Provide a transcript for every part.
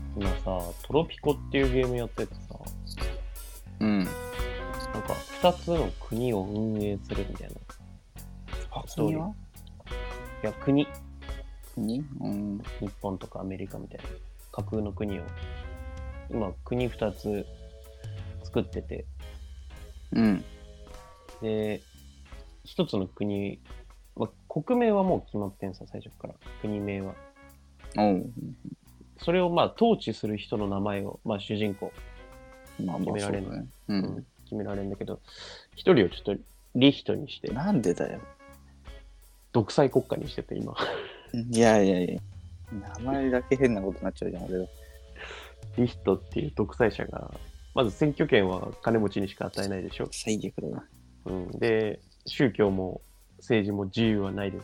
今さ、トロピコっていうゲームやっててさ、 うん。 なんか2つの国を運営するみたいなストーリー。 国はいや、国。 国うん。 日本とかアメリカみたいな架空の国を。今、国2つ作ってて、 うん。 で、1つの国、国名はもう決まってんさ、最初から。国名は。 おう。 それを統治する人の名前を、主人公、 まあ決められるそうだね。 決められるんだけど、一人をちょっとリヒトにして、 なんでだよ。 独裁国家にしてて、今。 いやいやいや。名前だけ変なことになっちゃうじゃん、俺は。 リヒトっていう独裁者が、まず選挙権は金持ちにしか与えないでしょ。 最悪だな。 で、宗教も政治も自由はないです。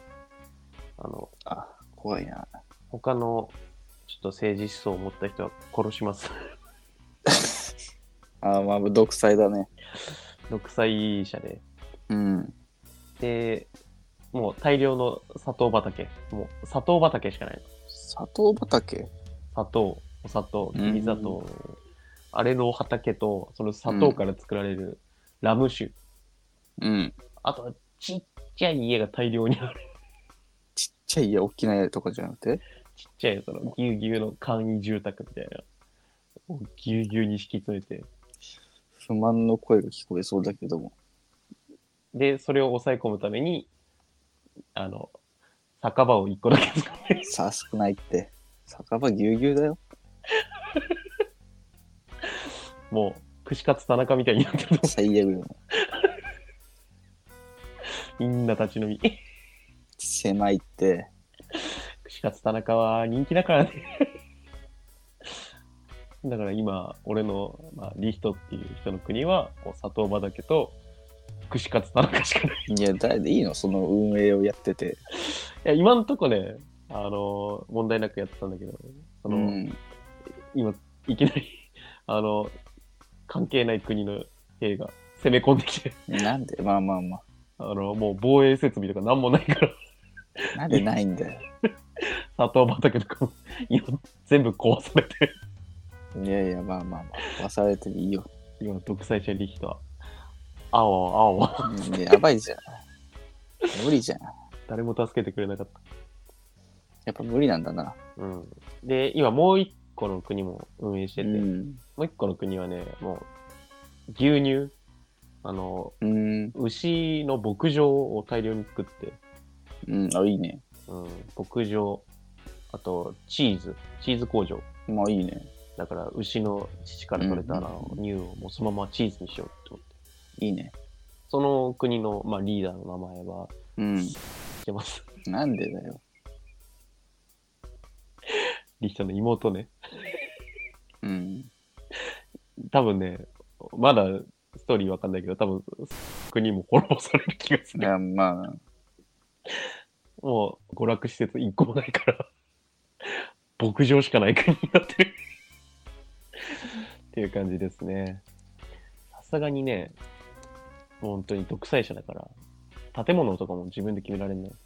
怖いな。 他のちょっと政治思想を持った人は殺します。 まあ独裁だね。 独裁者で。 うん。 で、もう大量の砂糖畑。もう砂糖畑しかないの。 砂糖畑砂糖、お砂糖、きび砂糖、あれの畑と、その砂糖から作られるラム酒。 うん。 あとはちっちゃい家が大量にある。 ちっちゃい家、大きな家とかじゃなくてちっちゃいそのぎゅうぎゅうの簡易住宅みたいな。ぎゅうぎゅうに敷き詰めて。 不満の声が聞こえそうだけども。 で、それを抑え込むために、酒場を一個だけ作って。 さ少ないって。酒場ぎゅうぎゅうだよ。 もう、串カツ田中みたいになってる。 最悪だよ。 みんな立ち飲み。 狭いって。 串カツ田中は人気だからね。だから今、俺の、リヒトっていう人の国は、こう砂糖畑と串カツ田中しかない。 いや、誰でいいのその運営をやってて。 いや、今んとこね、問題なくやってたんだけど、今、いきなり、関係ない国の兵が攻め込んできて、 なんでまあ。 もう防衛設備とかなんもないから、 なんでないんだよ。 砂糖畑とかも今全部壊されて、 いやいや、まあ。忘れていいよ。 今、独裁者リヒトは、青。 やばいじゃん。無理じゃん。 誰も助けてくれなかった。 やっぱ無理なんだな。 で、今もう一個の国も運営してて、 もう一個の国はね、もう、牛乳、牛の牧場を大量に作って、 いいね。 牧場、あとチーズ工場。 まあいいね。 だから牛の乳から取れた乳をもうそのままチーズにしようって思って。 いいね。 その国の、リーダーの名前は、知ってます。 なんでだよ。 リヒトの妹ね。多分ね、まだストーリーわかんないけど、多分国も滅ぼされる気がする。 いや、まあ。 もう娯楽施設一個もないから、牧場しかない国になってる。っていう感じですね。さすがにね、本当に独裁者だから、建物とかも自分で決められんのよ。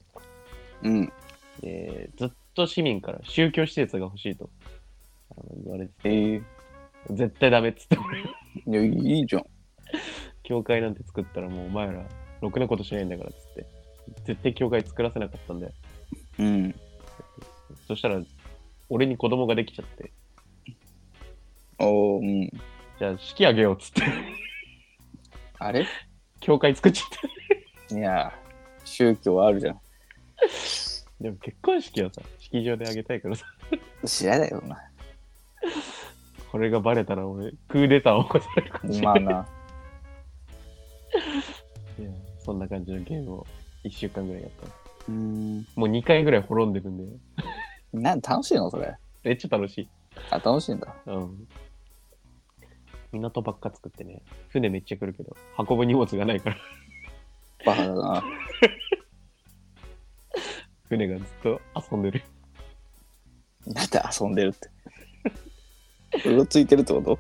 で、ずっと市民から宗教施設が欲しいと言われてて、絶対ダメっつって俺。いや、いいじゃん。 教会なんて作ったらもうお前らろくなことしないんだからっつって、絶対教会作らせなかったんで。そしたら、俺に子供ができちゃって。じゃあ式あげようっつって。 あれ教会作っちゃった。 いや、宗教はあるじゃん。 でも結婚式はさ、式場であげたいからさ。 知らないよな。 これがバレたら俺、クーデターを起こされるかもしれない。 まあな。 いや、そんな感じのゲームを1週間ぐらいやった。 もう2回ぐらい滅んでるんで。 楽しいのそれ。 めっちゃ楽しい。 楽しいんだ。 港ばっか作ってね、船めっちゃ来るけど、運ぶ荷物がないから。 バカだな。 船がずっと遊んでる。 なんで遊んでるって。うろついてるってこと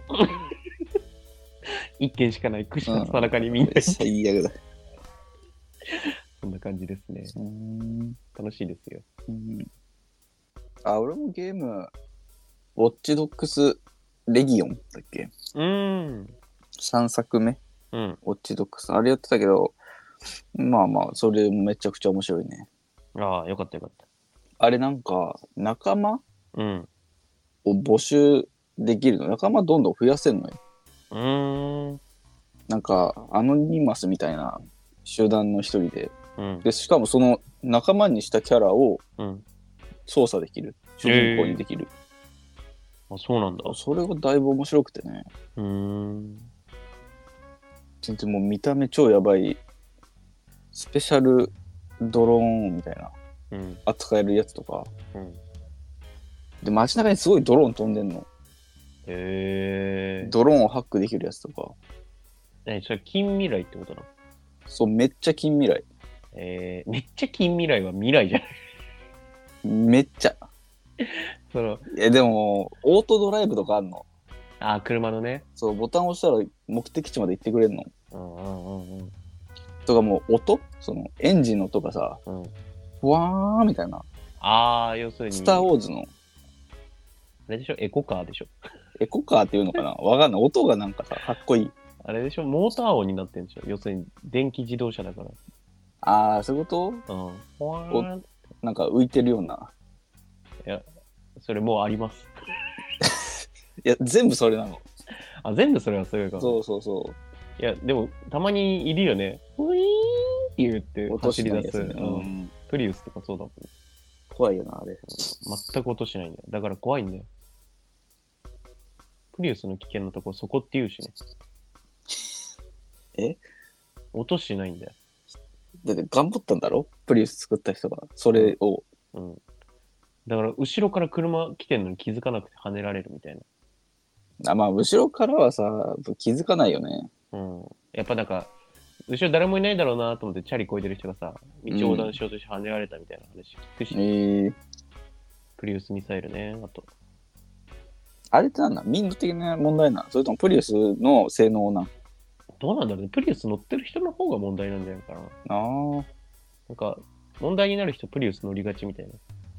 一軒しかない串カツ田中にみんな。 最悪だ。 そんな感じですね。楽しいですよ。 俺もゲームウォッチドックスレギオンだっけ？ 3 作目うん。 ウォッチドックス。あれやってたけど、まあまあ、それもめちゃくちゃ面白いね。 ああ、よかったよかった。 あれなんか、仲間うん。 を募集できるの。仲間どんどん増やせんのよ。 ん。 なんか、アノニマスみたいな集団の一人で。 うん。 で、しかもその仲間にしたキャラをうん。 操作できる。主人公にできる。 あ、そうなんだ。 それがだいぶ面白くてね。全然もう見た目超やばい、スペシャルドローンみたいな、 うん。 扱えるやつとか。 うん。 で、街中にすごいドローン飛んでんの。 へえ。 ドローンをハックできるやつとか。 それ近未来ってことなの？ そう、めっちゃ近未来。 めっちゃ近未来は未来じゃない？ めっちゃ。 その、 でも、オートドライブとかあんの。 あ、車のね。 そう、ボタン押したら目的地まで行ってくれんの。 うんうんうんとかもう音そのエンジンの音がさ、 うん。 ふわーみたいな。 ああ、要するに。 スター・ウォーズのあれでしょ？エコカーでしょ？ エコカーっていうのかなわかんない。音がなんかさ、かっこいい。 あれでしょ？モーター音になってるんでしょ？要するに電気自動車だから。 あー、そういうこと？ うん。ほわーん。 なんか浮いてるような。 いや、それもうあります。 いや、全部それなの。 あ、全部それはそういうか。 そうそうそいや、でも、たまにいるよね。ウィーンって言ってう。音走り出す。 しないやつね。 うんプリウスとかそうだもん。 怖いよな、あれ。 全く音しないんだよ。だから怖いんだよ。プリウスの危険なところそこって言うしね。 え音しないんだよ。 だって頑張ったんだろプリウス作った人が。それを。 うん。だから、後ろから車来てんのに気づかなくて跳ねられるみたいな。 あ、まあ、後ろからはさ、気づかないよね。 うん。やっぱなんか、後ろ誰もいないだろうなと思ってチャリ越えてる人がさ、道横断しようとして跳ねられたみたいな話聞くし、プリウスミサイルね、あと。 あれってなんだ民度的な問題なのそれともプリウスの性能なん？ どうなんだろうね。プリウス乗ってる人の方が問題なんじゃないかな。 ああ。 なんか、問題になる人プリウス乗りがちみたいな。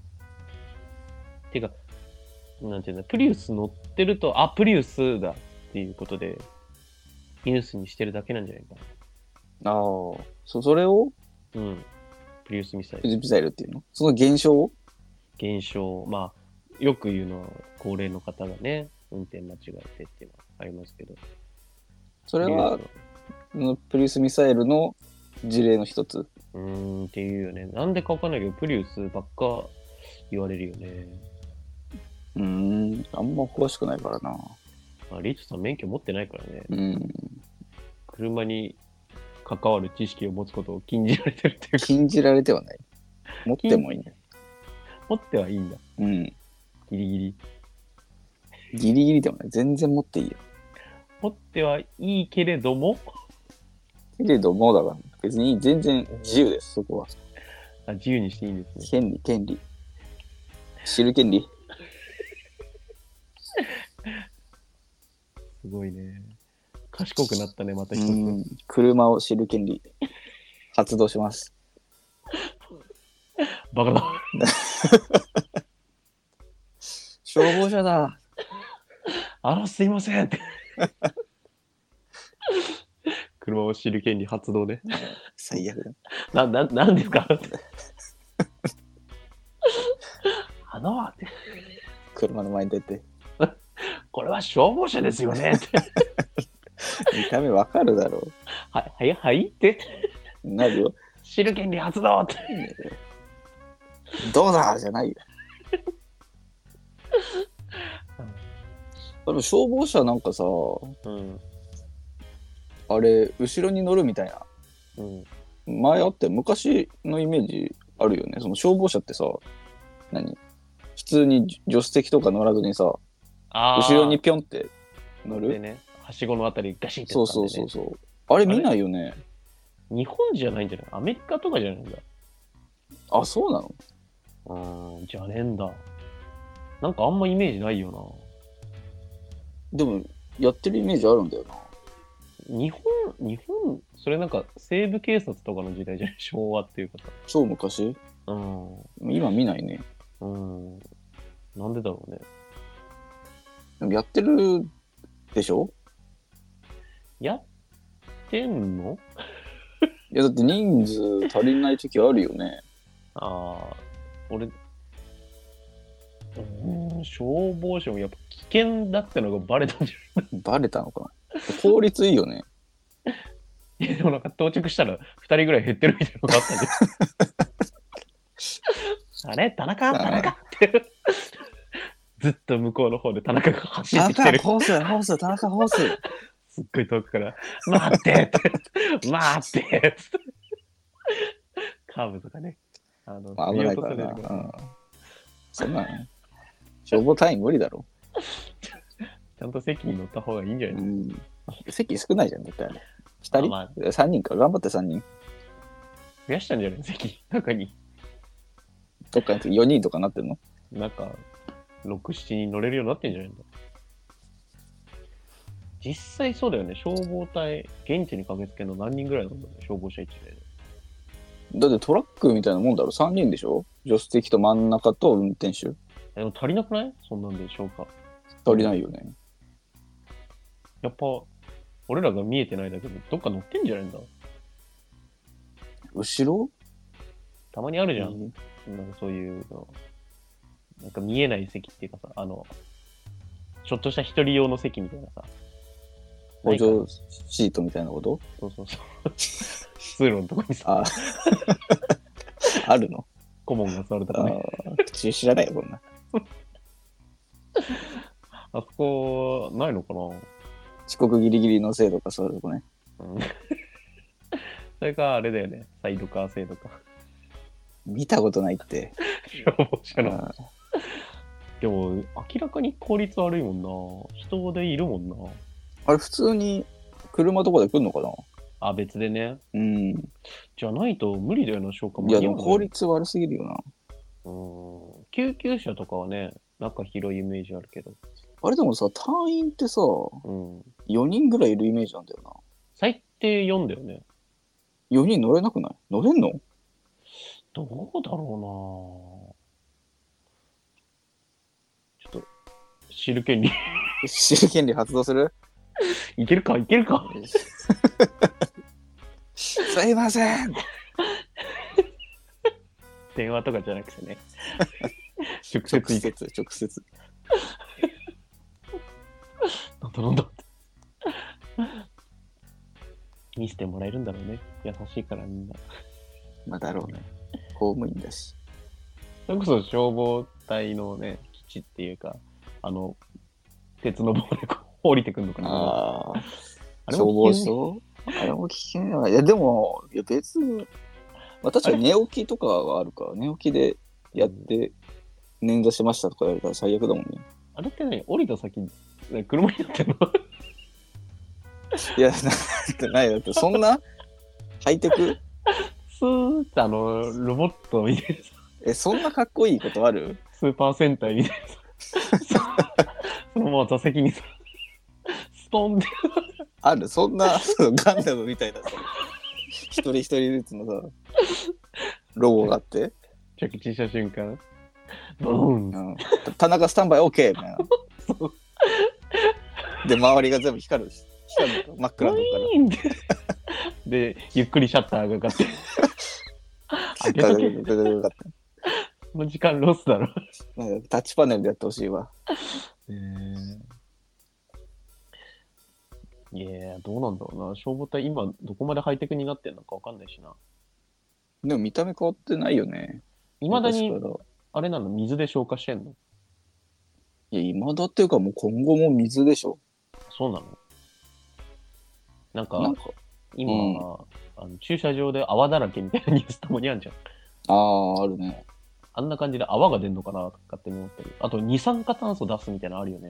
てか、なんていうんだ、プリウス乗ってると、あ、プリウスだっていうことで、ニュースにしてるだけなんじゃないかああ。それをな。うん。プリウスミサイル。 プリウスミサイルっていうのその現象を現象、まあ、よく言うのは、高齢の方がね、運転間違えてっていうのはありますけど。 それは、プリウスミサイルの事例の一つ。 っていうよね。なんでかわかんないけど、プリウスばっか言われるよね。 あんま詳しくないからな。 まあ、リツさん免許持ってないからね。 うん。 車に関わる知識を持つことを禁じられてるっていうか。 禁じられてはない。持ってもいいんだよ。 持ってはいいんだ。 うん。 ギリギリ。 ギリギリでもない。全然持っていいよ。 持ってはいいけれども、 けれども、だから別に全然自由です、そこは。 あ、自由にしていいんですね。 権利。知る権利。 すごいね。賢くなったね、また一つ。 車を知る権利。発動します。 バカだ。 消防車だ。 すいませんって。車を知る権利発動で。 最悪だ。 なんですかって車の前に出て。 これは消防車ですよねって。 見た目わかるだろう。 はいってなるよ。 知る権利発動って。 どうだじゃないよ。でも消防車なんかさ、あれ後ろに乗るみたいな、前あって昔のイメージあるよね。その消防車ってさ、普通に助手席とか乗らずにさ、後ろにピョンって乗る。 でね、はしごのあたりガシッて、 ね。そう。あれ見ないよね。 日本じゃないんじゃない？アメリカとかじゃないんだ。 あ、そうなの？じゃねえんだ。なんかあんまイメージないよな。 でもやってるイメージあるんだよな。 日本、それなんか西部警察とかの時代じゃない？昭和っていうかさ。 超昔？今見ないね。 なんでだろうね。 でもやってるでしょ？ やってんの？ いやだって人数足りない時あるよね。 ああ、俺、消防車もやっぱ危険だってのがバレたんじバレたのかな。効率いいよね。 ゃない？でもなんか到着したら2人ぐらい減ってるみたいなのがあったんで。あれ田中ってずっと向こうの方で田中が走ってきてる。 ホース田中ホース。 すっごい遠くから待ってって待ってカーブとかね、 危ないからな。そんなの消防隊員無理だろ。 ちゃんと席に乗った方がいいんじゃないの？ 席少ないじゃんだってあれ。2人、3人か頑張って3人。 増やしたんじゃない席中に。 どっかに4人とかなってるの？ なんか6、7人乗れるようになってんじゃないの？実際そうだよね。消防隊現地に駆けつけるの何人ぐらいなんだろう、消防車1台で。 だってトラックみたいなもんだろ。3人でしょ？助手席と真ん中と運転手。 でも足りなくない？そんなんでしょうか。 足りないよね。 やっぱ俺らが見えてないだけでどっか乗ってんじゃないんだ。 後ろ？ たまにあるじゃん。なんかそういうの。なんか見えない席っていうかさ、ちょっとした一人用の席みたいなさ。 補助シートみたいなこと？ そうそうそう。通路のとこにさ。 あるの？ 顧問が座るとかね。 知らないよ、こんな。 あそこ、ないのかな？ 遅刻ギリギリの制度か、そういうとこね。 それか、あれだよね。サイドカー制度か。 見たことないって。 消防車の。でも、明らかに効率悪いもんな。人でいるもんな。 あれ、普通に車とかで来るのかな？ あ、別でね。じゃないと無理だよな、消火も。 いや、でも効率悪すぎるよな。 救急車とかはね、中広いイメージあるけど。 あれでもさ、隊員ってさ、4人ぐらいいるイメージなんだよな。 最低4だよね。 4人乗れなくない？乗れんの？ どうだろうな。ちょっと、知る権利。 知る権利発動する？ いけるかすいません。 電話とかじゃなくてね。直接。なんだ見せてもらえるんだろうね。優しいからみんな。 まあだろうね。公務員だし。 それこそ消防隊のね、基地っていうか、鉄の棒で降りてくんのかな。 消防署？あれも危険や。いやでも、別に、確かに寝起きとかはあるから、寝起きでやって捻挫しましたとか言われたら最悪だもんね。 あれってね、降りた先、車になってんの？ いや、ないだってそんなハイテク？ スーってロボットみたいなさ。そんなかっこいいことある？ スーパー戦隊みたいなさ。そのまま座席にさ、ストンって。 ある？そんなガンダムみたいなさ、一人ずつのさ、ロゴがあって。 着地した瞬間、ボーン。 田中スタンバイ OK みたいな。で、周りが全部光る真っ暗なのから。 で、ゆっくりシャッターがかかって。開けとけ。この時間ロスだろ。 タッチパネルでやってほしいわ。 いや、どうなんだろうな。消防隊今どこまでハイテクになってんのかわかんないしな。 でも見た目変わってないよね。 いまだに、あれなの？水で消火してんの？ いや、今だっていうかもう今後も水でしょ。 そうなの？なんか今、駐車場で泡だらけみたいなニュースたまにあるじゃん。 あるね。 あんな感じで泡が出んのかなとか勝手に思ったり。あと二酸化炭素出すみたいなのあるよね。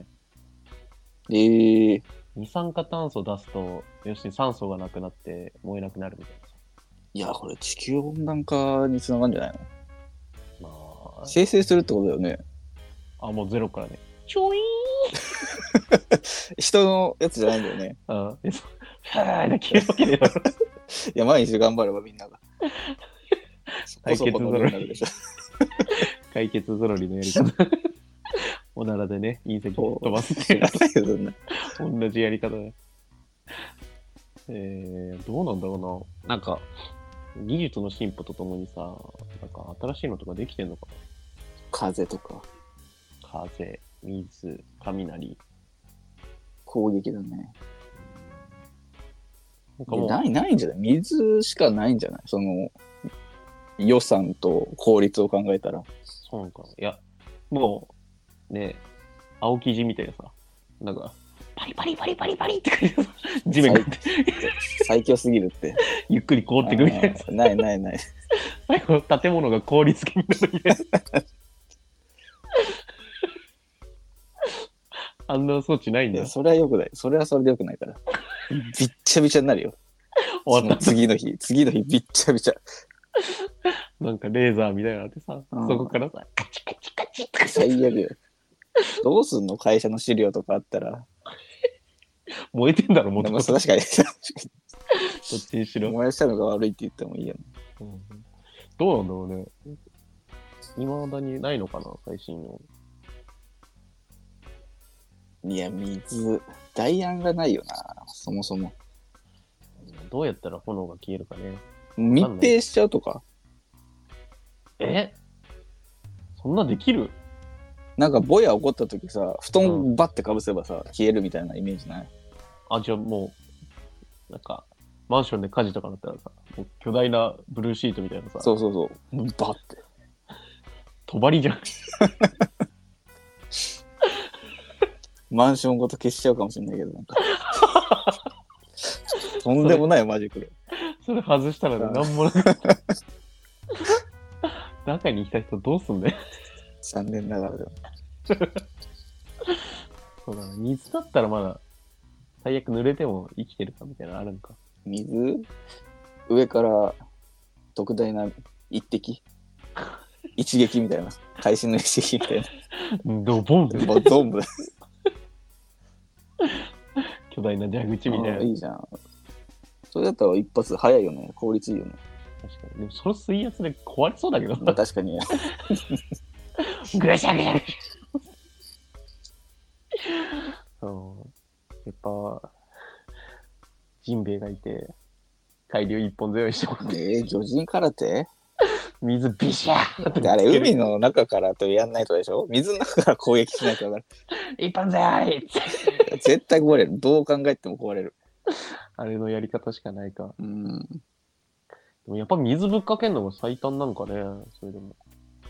二酸化炭素出すと、要するに酸素がなくなって燃えなくなるみたいな。 いや、これ地球温暖化につながるんじゃないの？ まあ、 生成するってことだよね。 もうゼロからね。ちょいー人のやつじゃないんだよね。 はぁで消えるわけだよ。 いや、毎日頑張ればみんなが。 解決ぞろり。解決ぞろりのやり方。 おならでね、隕石こう飛ばすっ知らてないけどね。 同じやり方だ。どうなんだろうな。なんか、技術の進歩とともにさ、なんか新しいのとかできてんのか風とかな。風、水、雷。 攻撃だね。 なんかもう、 ないんじゃない水しかないんじゃないその予算と効率を考えたら。 そうなんかな。いや、もう、ね、青生地みたいなさ、なんか、パリパリパリパリパリって感じでさ、地面が最強すぎるって。 ゆっくり凍ってくみたいなさ、 ないないない。 最後建物が凍りつきになるみたいな。あんな装置ないんだ。 いや、それは良くない。それはそれで良くないから。びっちゃびちゃになるよ。 終わった。 次の日びっちゃびちゃ。 なんかレーザーみたいなのあってさ、そこからさ、カチカチカチって最悪よ。どうすんの会社の資料とかあったら。 燃えてんだろ、もとでももと。 確かに、 どっちにしろ。 燃やしたのが悪いって言ってもいいよね。 うんどうなんだろうね。未だにないのかな、最新の。 いや、水、代案がないよな、そもそも。 どうやったら炎が消えるかね。 密閉しちゃうとか。 そんなできる？ なんかボヤ起こった時さ、布団バッてかぶせばさ、消えるみたいなイメージない？ あ、じゃあもう、なんか、マンションで火事とかだったらさ、もう巨大なブルーシートみたいなさ、 そうそうそう。バッて。 帳じゃん。 マンションごと消しちゃうかもしれないけど、なんか。とんでもないマジックで。 それ外したらね、なんもなかった。中にいた人どうすんだよ。 残念ながらでも。 そうだな、水だったらまだ、最悪濡れても生きてるかみたいなのあるんか。 水上から特大な一滴一撃みたいな。会心の一撃みたいドボンな。もうドンブ。 巨大な蛇口みたいな。 いいじゃん。それだったら一発早いよね。効率いいよね。 確かに。でもその水圧で壊れそうだけどまあ、確かに。 ぐしゃぐしゃぐしゃ。やっぱ、ジンベエがいて、海流一本背負いしてもらって、 魚人空手水ビシャーであれ、海の中からとやんないとでしょ水の中から攻撃しないとだか一本背負いら。絶対壊れる。どう考えても壊れる。 あれのやり方しかないか。 うん。 でもやっぱ水ぶっかけんのが最短なんかね、それでも。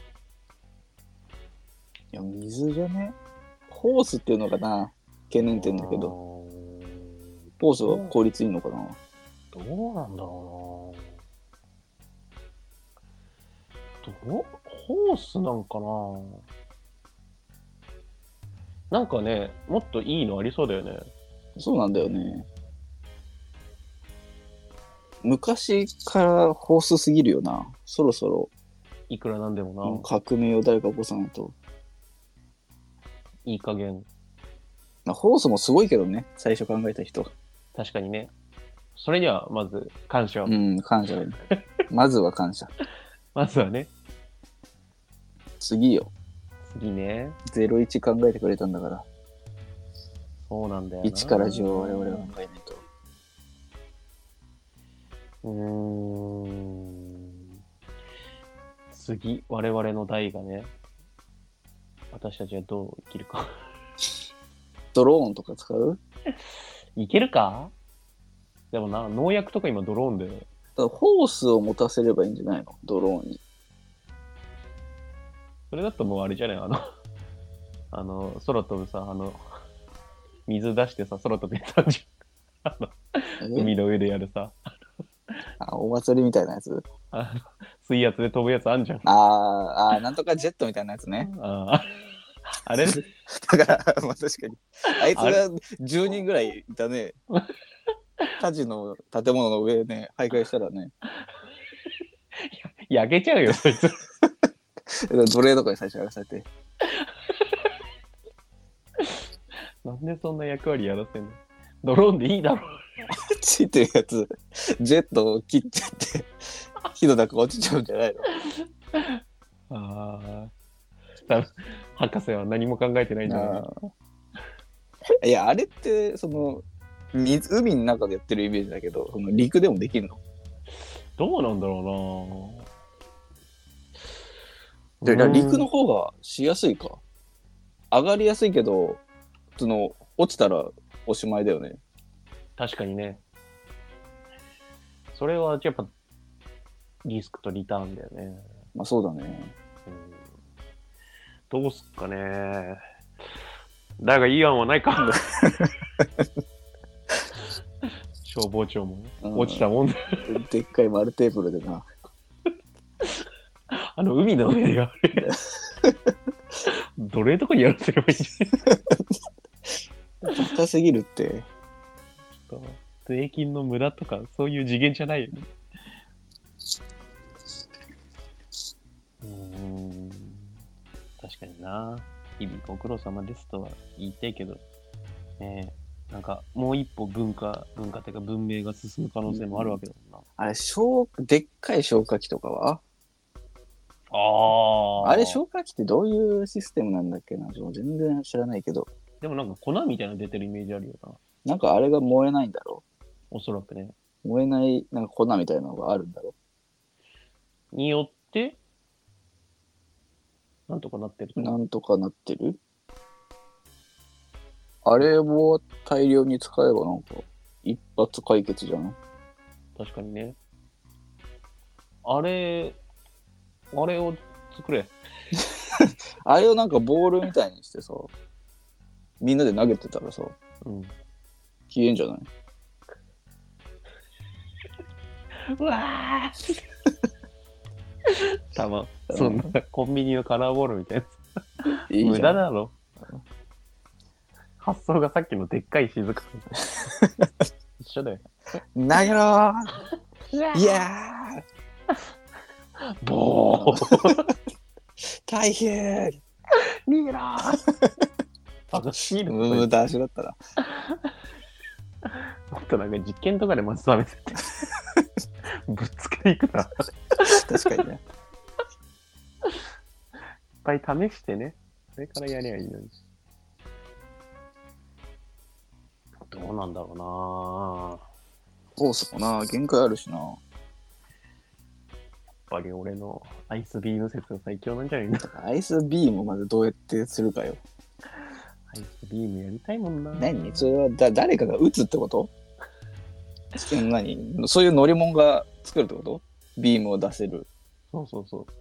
いや、水じゃねホースっていうのかな懸念点だけど。ホースは効率いいのかなどうなんだろうな。ホースなんかな。なんかね、もっといいのありそうだよね。 そうなんだよね。昔からホースすぎるよな。そろそろいくらなんでもな。 革命を誰か起こさないと。 いい加減。 まあ、ホースもすごいけどね。最初考えた人。 確かにね。それにはまず感謝を。 うん、感謝だね。まずは感謝。 まずはね。 次よ。 次ね。 01考えてくれたんだから。 そうなんだよな。 1から10を我々は考えないと。 次、我々の代がね、私たちはどう生きるか。 ドローンとか使う？ いけるか？でもな、農薬とか今ドローンで。 だからホースを持たせればいいんじゃないの？ドローンに。 それだともうあれじゃない空飛ぶさ、水出してさ、空飛ぶやつあるじゃん。海の上でやるさ。 お祭りみたいなやつ？ 水圧で飛ぶやつあんじゃん。 なんとかジェットみたいなやつね。 あれだから、まあ確かに。あいつが10人ぐらいいたね。火事の建物の上ね、徘徊したらね。 焼けちゃうよ、そいつ。 奴隷とかに最初やらされて。 なんでそんな役割やらせんの？ドローンでいいだろ。 ついてるやつ、ジェットを切っちゃって、火の中落ちちゃうんじゃないの？ 多分博士は何も考えてないんじゃない？ いや、あれって、その、海の中でやってるイメージだけど、その陸でもできるの？ どうなんだろうで、 な。 陸の方がしやすいか。上がりやすいけど、その、落ちたらおしまいだよね。 確かにね。それはやっぱリスクとリターンだよね。 まあそうだね。 どうすっかね。だがいい案はないか。消防庁も落ちたもんだ。 でっかい丸テーブルでな。 海の上でやる。どれとこにやらせればいいんじゃない？ 高すぎるって。 ちょっと税金の無駄とかそういう次元じゃないよね。確かにな。日々ご苦労様ですとは言いたいけど、ねえ、なんかもう一歩文化っていうか文明が進む可能性もあるわけだもんな。 あれ、でっかい消火器とかは？ ああれ、消火器ってどういうシステムなんだっけな？全然知らないけど。 でもなんか粉みたいなの出てるイメージあるよな。 なんかあれが燃えないんだろ？ おそらくね。 燃えない、なんか粉みたいなのがあるんだろ？ によって、なんとかなってると。 なんとかなってる？あれを大量に使えばなんか一発解決じゃない？ 確かにね。あれを作れ。 あれをなんかボールみたいにしてさ、みんなで投げてたらさ、消えんじゃない？ うわーたま、そんなコンビニのカラーボールみたいなやつ。 いいじゃん。 無駄だろ。発想がさっきのでっかい雫一緒だよ。 投げろーいやーボー大変逃げろーバカすぎる。 無駄足だったな。 もっとなんか実験とかでまずダメてぶっつけていくな。 確かにね。 いっぱい試してね。それからやりゃいいのに。どうなんだろフォースもな、限界あるしな。 うな。やっぱり俺のアイスビーム説が最強なんじゃないの？ アイスビームをまずどうやってするかよ。 アイスビームやりたいもんな。 何それは誰かが撃つってこと？何そういう乗り物が作るってこと？ビームを出せる。 そうそうそうそう。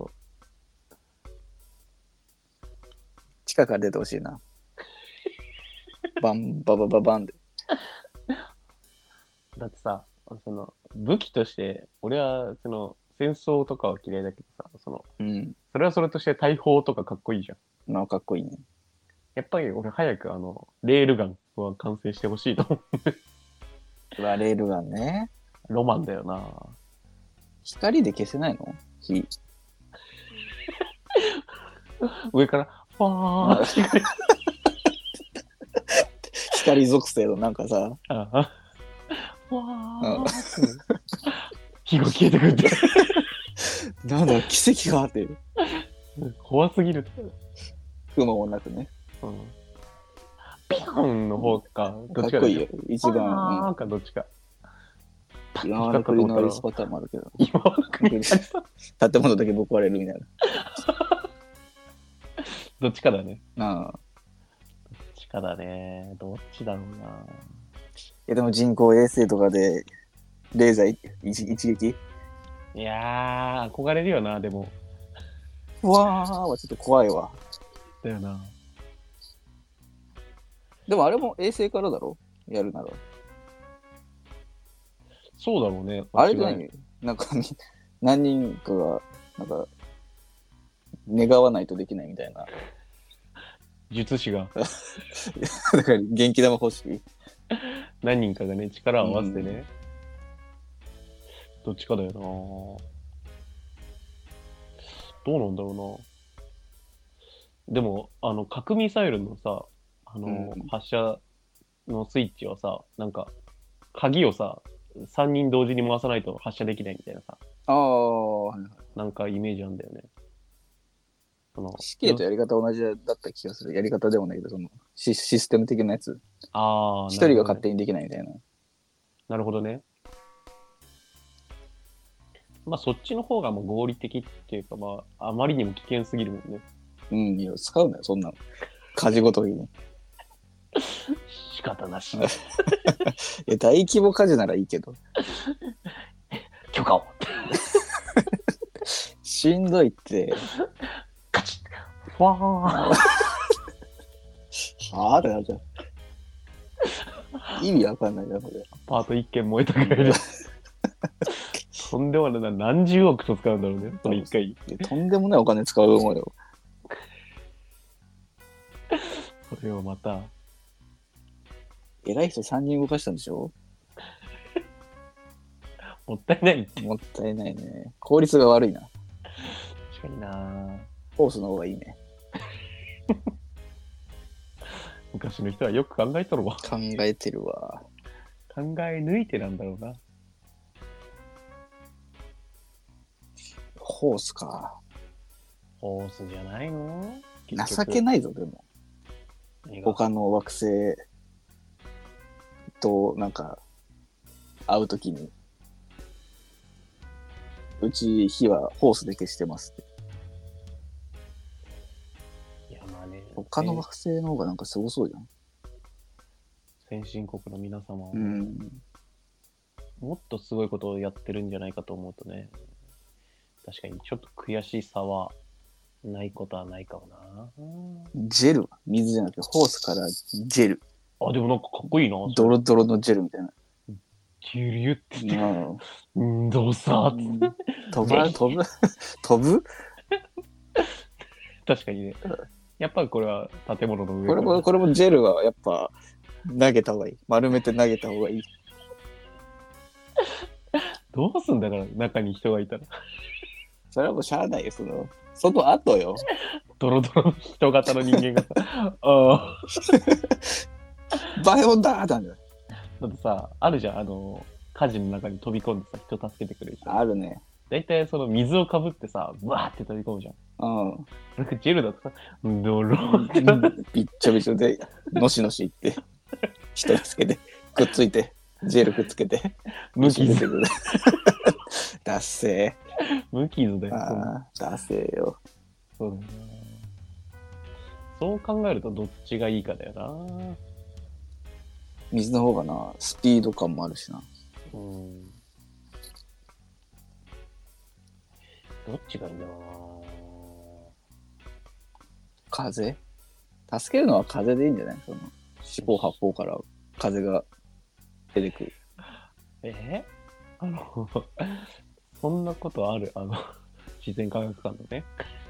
地下から出てほしいな。バンババババンで。 だってさ、その武器として俺はその戦争とかは嫌いだけどさ、 うん。 それはそれとして大砲とかかっこいいじゃん。 まあかっこいいね。 やっぱり俺早くレールガンは完成してほしいと思う。 レールガンね。 ロマンだよな。 光で消せないの？火。 上からファーって光属性のなんかさ、 ファーって火が消えてくるってなんだろう、奇跡がっていう。 怖すぎる。 雲もなくね。 ピョンの方かどっちかかっこいいよ。一番。 なんかどっちか。 今の国のアリスパターンもあるけど。 今の国の建物だけぶっ壊れるみたいな。 どっちかだね。 ああ。 どっちかだね。どっちだろうな。 いやでも人工衛星とかでレーザー一撃？ いやー、憧れるよな、でも。 うわーはちょっと怖いわ。 だよな。 でもあれも衛星からだろ？やるなら。 そうだろうね。 あれじゃないなんか何人かが、なんか、願わないとできないみたいな。 術師が。 だから元気玉欲しい。 何人かがね、力を合わせてね。どっちかだよな。どうなんだろうな。でも、核ミサイルのさ、発射のスイッチはさ、なんか、鍵をさ、3人同時に回さないと発射できないみたいなさ、 ああ、はいはい。 なんかイメージあんだよね。 その死刑とやり方同じだった気がする。やり方でもないけど、そのシステム的なやつ。 ああ、 一人が勝手にできないみたいな。 なるほどね。まあそっちの方がもう合理的っていうか、まああまりにも危険すぎるもんね。 うん、いや、使うなよ、そんなの。家事ごとに。 仕方なし。 大規模火事ならいいけど。 許可を。 しんどいって。 カチッ。ふわー。 はぁってなっちゃう。意味わかんないな、これ。 パート1件燃えたぐらいで。とんでもないな。何十億と使うんだろうね。その1回。 とんでもないお金使う思うよ。 それをまた。 偉い人3人動かしたんでしょ？ もったいない。 もったいないね。効率が悪いな。 確かにな。 ホースの方がいいね。 昔の人はよく考えとるわ。 考えてるわ。 考え抜いてなんだろうな。 ホースか。 ホースじゃないの？ 情けないぞ、でも。 何が他の惑星となんか会うときに、うち火はホースで消してますって。 いやまあね。 他の惑星の方がなんかすごそうじゃん。 先進国の皆様は、 うん。 もっとすごいことをやってるんじゃないかと思うとね、確かにちょっと悔しさはないことはないかもな。 ジェルは水じゃなくてホースからジェル。 あ、でもなんかかっこいいな。 ドロドロのジェルみたいな。 キュリュって言って、 うんどうさーって。 飛ぶ確かにね。やっぱりこれは建物の上から。 これもジェルはやっぱ投げた方がいい。丸めて投げた方がいい。 どうすんだから、中に人がいたら。 それはもうしゃあないよ、その後よ。 ドロドロの人型の人間がさ、ああ。 バイオンだーってなんだよ。 だってさ、あるじゃん、火事の中に飛び込んでさ、人助けてくれる人。 あるね。 だいたいその水をかぶってさ、ブワーって飛び込むじゃん。 うん。 なんかジェルだとさ、ドローってなってびっちょびちょで、のしのしいって、人つけて、くっついて、ジェルくっつけて、 無傷。 ダッセ無傷だー。 よ。 ああ、ダッセーよ。 そうだよな。そう考えるとどっちがいいかだよな。 水の方がな、スピード感もあるしな。 うん。どっちがいいんだろ風助けるのは風でいいんじゃない？その四方八方から風が出てくる。 そんなことある？自然科学館のね。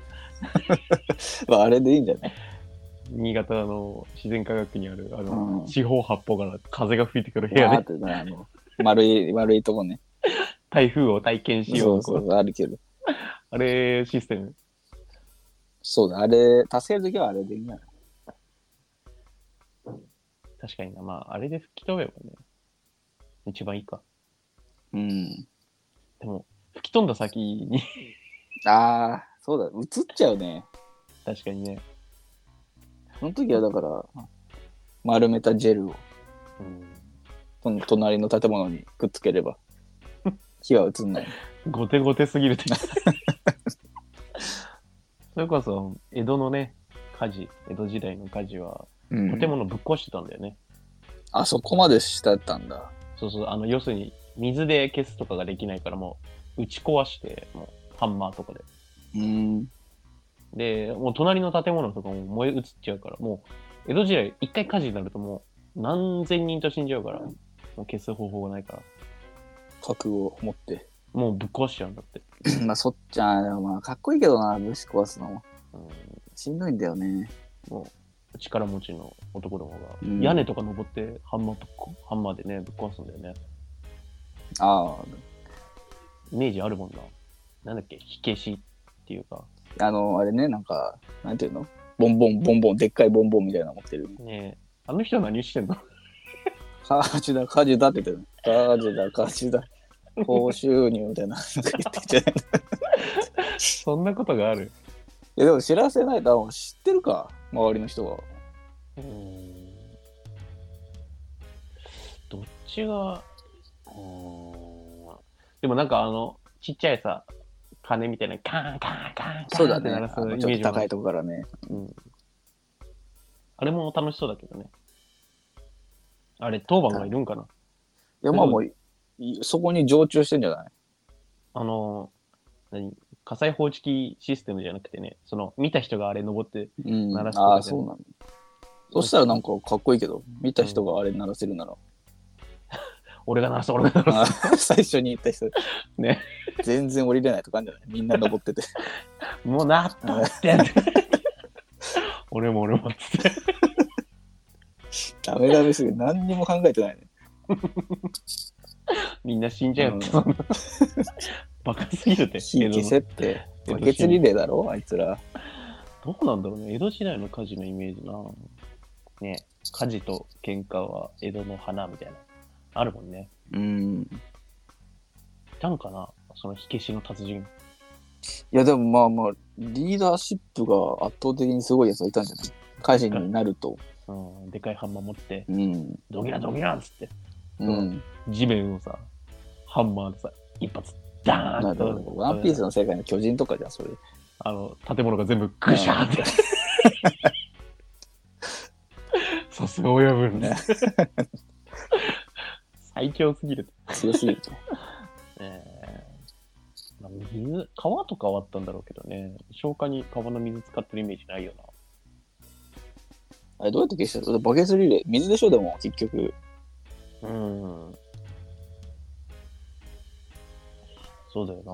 まあ、あれでいいんじゃない？ 新潟の自然科学にある、 うん四方八方から風が吹いてくる部屋で、 わーってな、丸いとこね。 台風を体験しよ。 そううそう、あるけど。 あれ、システム。 そうだ、あれ、助けるときはあれでいいんじゃない？ 確かにな。まあ、あれで吹き飛べばね、一番いいか。 うん。 でも、吹き飛んだ先に、 ああ、そうだ、映っちゃうね。 確かにね、 その時はだから、丸めたジェルを、隣の建物にくっつければ、火は映んない。 ゴテゴテすぎるって。それこそ、江戸のね、江戸時代の火事は、 うん、 建物ぶっ壊してたんだよね。 あそこまでしてたんだ。 そうそう、要するに、水で消すとかができないから、もう、打ち壊して、もう、ハンマーとかで。で、もう隣の建物とかも燃え移っちゃうから、もう、江戸時代、一回火事になるともう、何千人と死んじゃうから、もう消す方法がないから。 覚悟を持って。 もうぶっ壊しちゃうんだって。 まあ、そっちゃん、まあ、かっこいいけどな、武士壊すのも。 うん、 しんどいんだよね。 もう、力持ちの男どもが、 うん屋根とか登って、ハンマーでね、ぶっ壊すんだよね。 ああ。 イメージあるもんな。なんだっけ、火消しっていうか。 あれね、なんか、なんていうの？ボンボン、でっかいボンボンみたいなの持ってる。 ねえ、あの人は何してんの？ 火事だって言ってる。火事だ。高収入みたいな。言ってきてそんなことがある？ やでも知らせないと知ってるか周りの人は。 どっちがでもなんかちっちゃいさ鐘みたいなカーンカーンカーンカそうだね。 ーンって鳴らすイメージちょっとも高いとこからね。 あれも楽しそうだけどね。あれ当番がいるんかな。 いやまあもうそこに常駐してんじゃない？ 火災報知器システムじゃなくてね、その見た人があれ登って鳴らすとああ、 かじゃん。 そうなんだ。そしたらなんかかっこいいけど、見た人があれ鳴らせるなら。 俺が鳴らす、俺が鳴らす。 最初に言った人。 ね。 全然降りれないとかあるんじゃない？みんな登ってて。 もうなったって。俺もっつって。 ダメすぎる。何にも考えてないね。 みんな死んじゃうって、そんな。バカすぎるって。 火消せって。バケツリレーだろあいつら。 どうなんだろうね。江戸時代の火事のイメージな。ね。火事と喧嘩は江戸の花みたいな。あるもんね。いたんかなその火消しの達人。 いやでもまあリーダーシップが圧倒的にすごいやつはいたんじゃない？火事になると。 でかいハンマー持って、ドギラドギラっつって、地面をさ、ハンマーでさ、一発、ダーンと。 ワンピースの世界の巨人とかじゃん、それ。 建物が全部グシャーって。さすが親分ね。最強すぎる。 強すぎる。 川とかはあったんだろうけどね。消火に川の水使ってるイメージないよな。 あれどうやって消したの？バケツリレー、水でしょでも結局。 そうだよ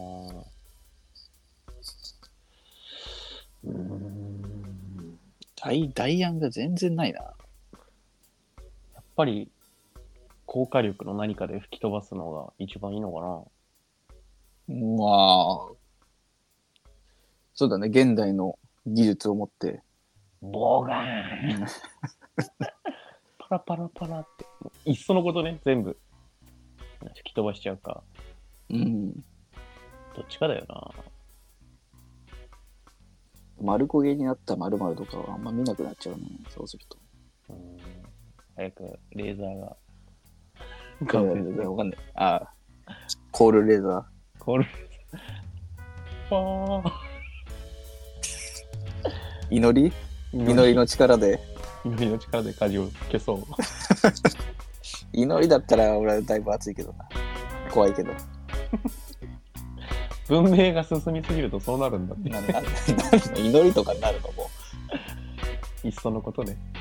な。 代案が全然ないな。やっぱり高火力の何かで吹き飛ばすのが一番いいのかな。 まあ、そうだね。現代の技術を持って。 ボーガーンパラパラパラって。いっそのことね、全部吹き飛ばしちゃうか。どっちかだよな。 丸焦げになった〇〇とかはあんま見なくなっちゃうね。そうすると。 早くレーザーが。 わかんない。コールレーザー。 コールレーザー。 祈りの力で火事を消そう。 祈りだったら俺はだいぶ熱いけどな。怖いけど。 文明が進みすぎるとそうなるんだって。 祈りとかになるのもいっそのことね。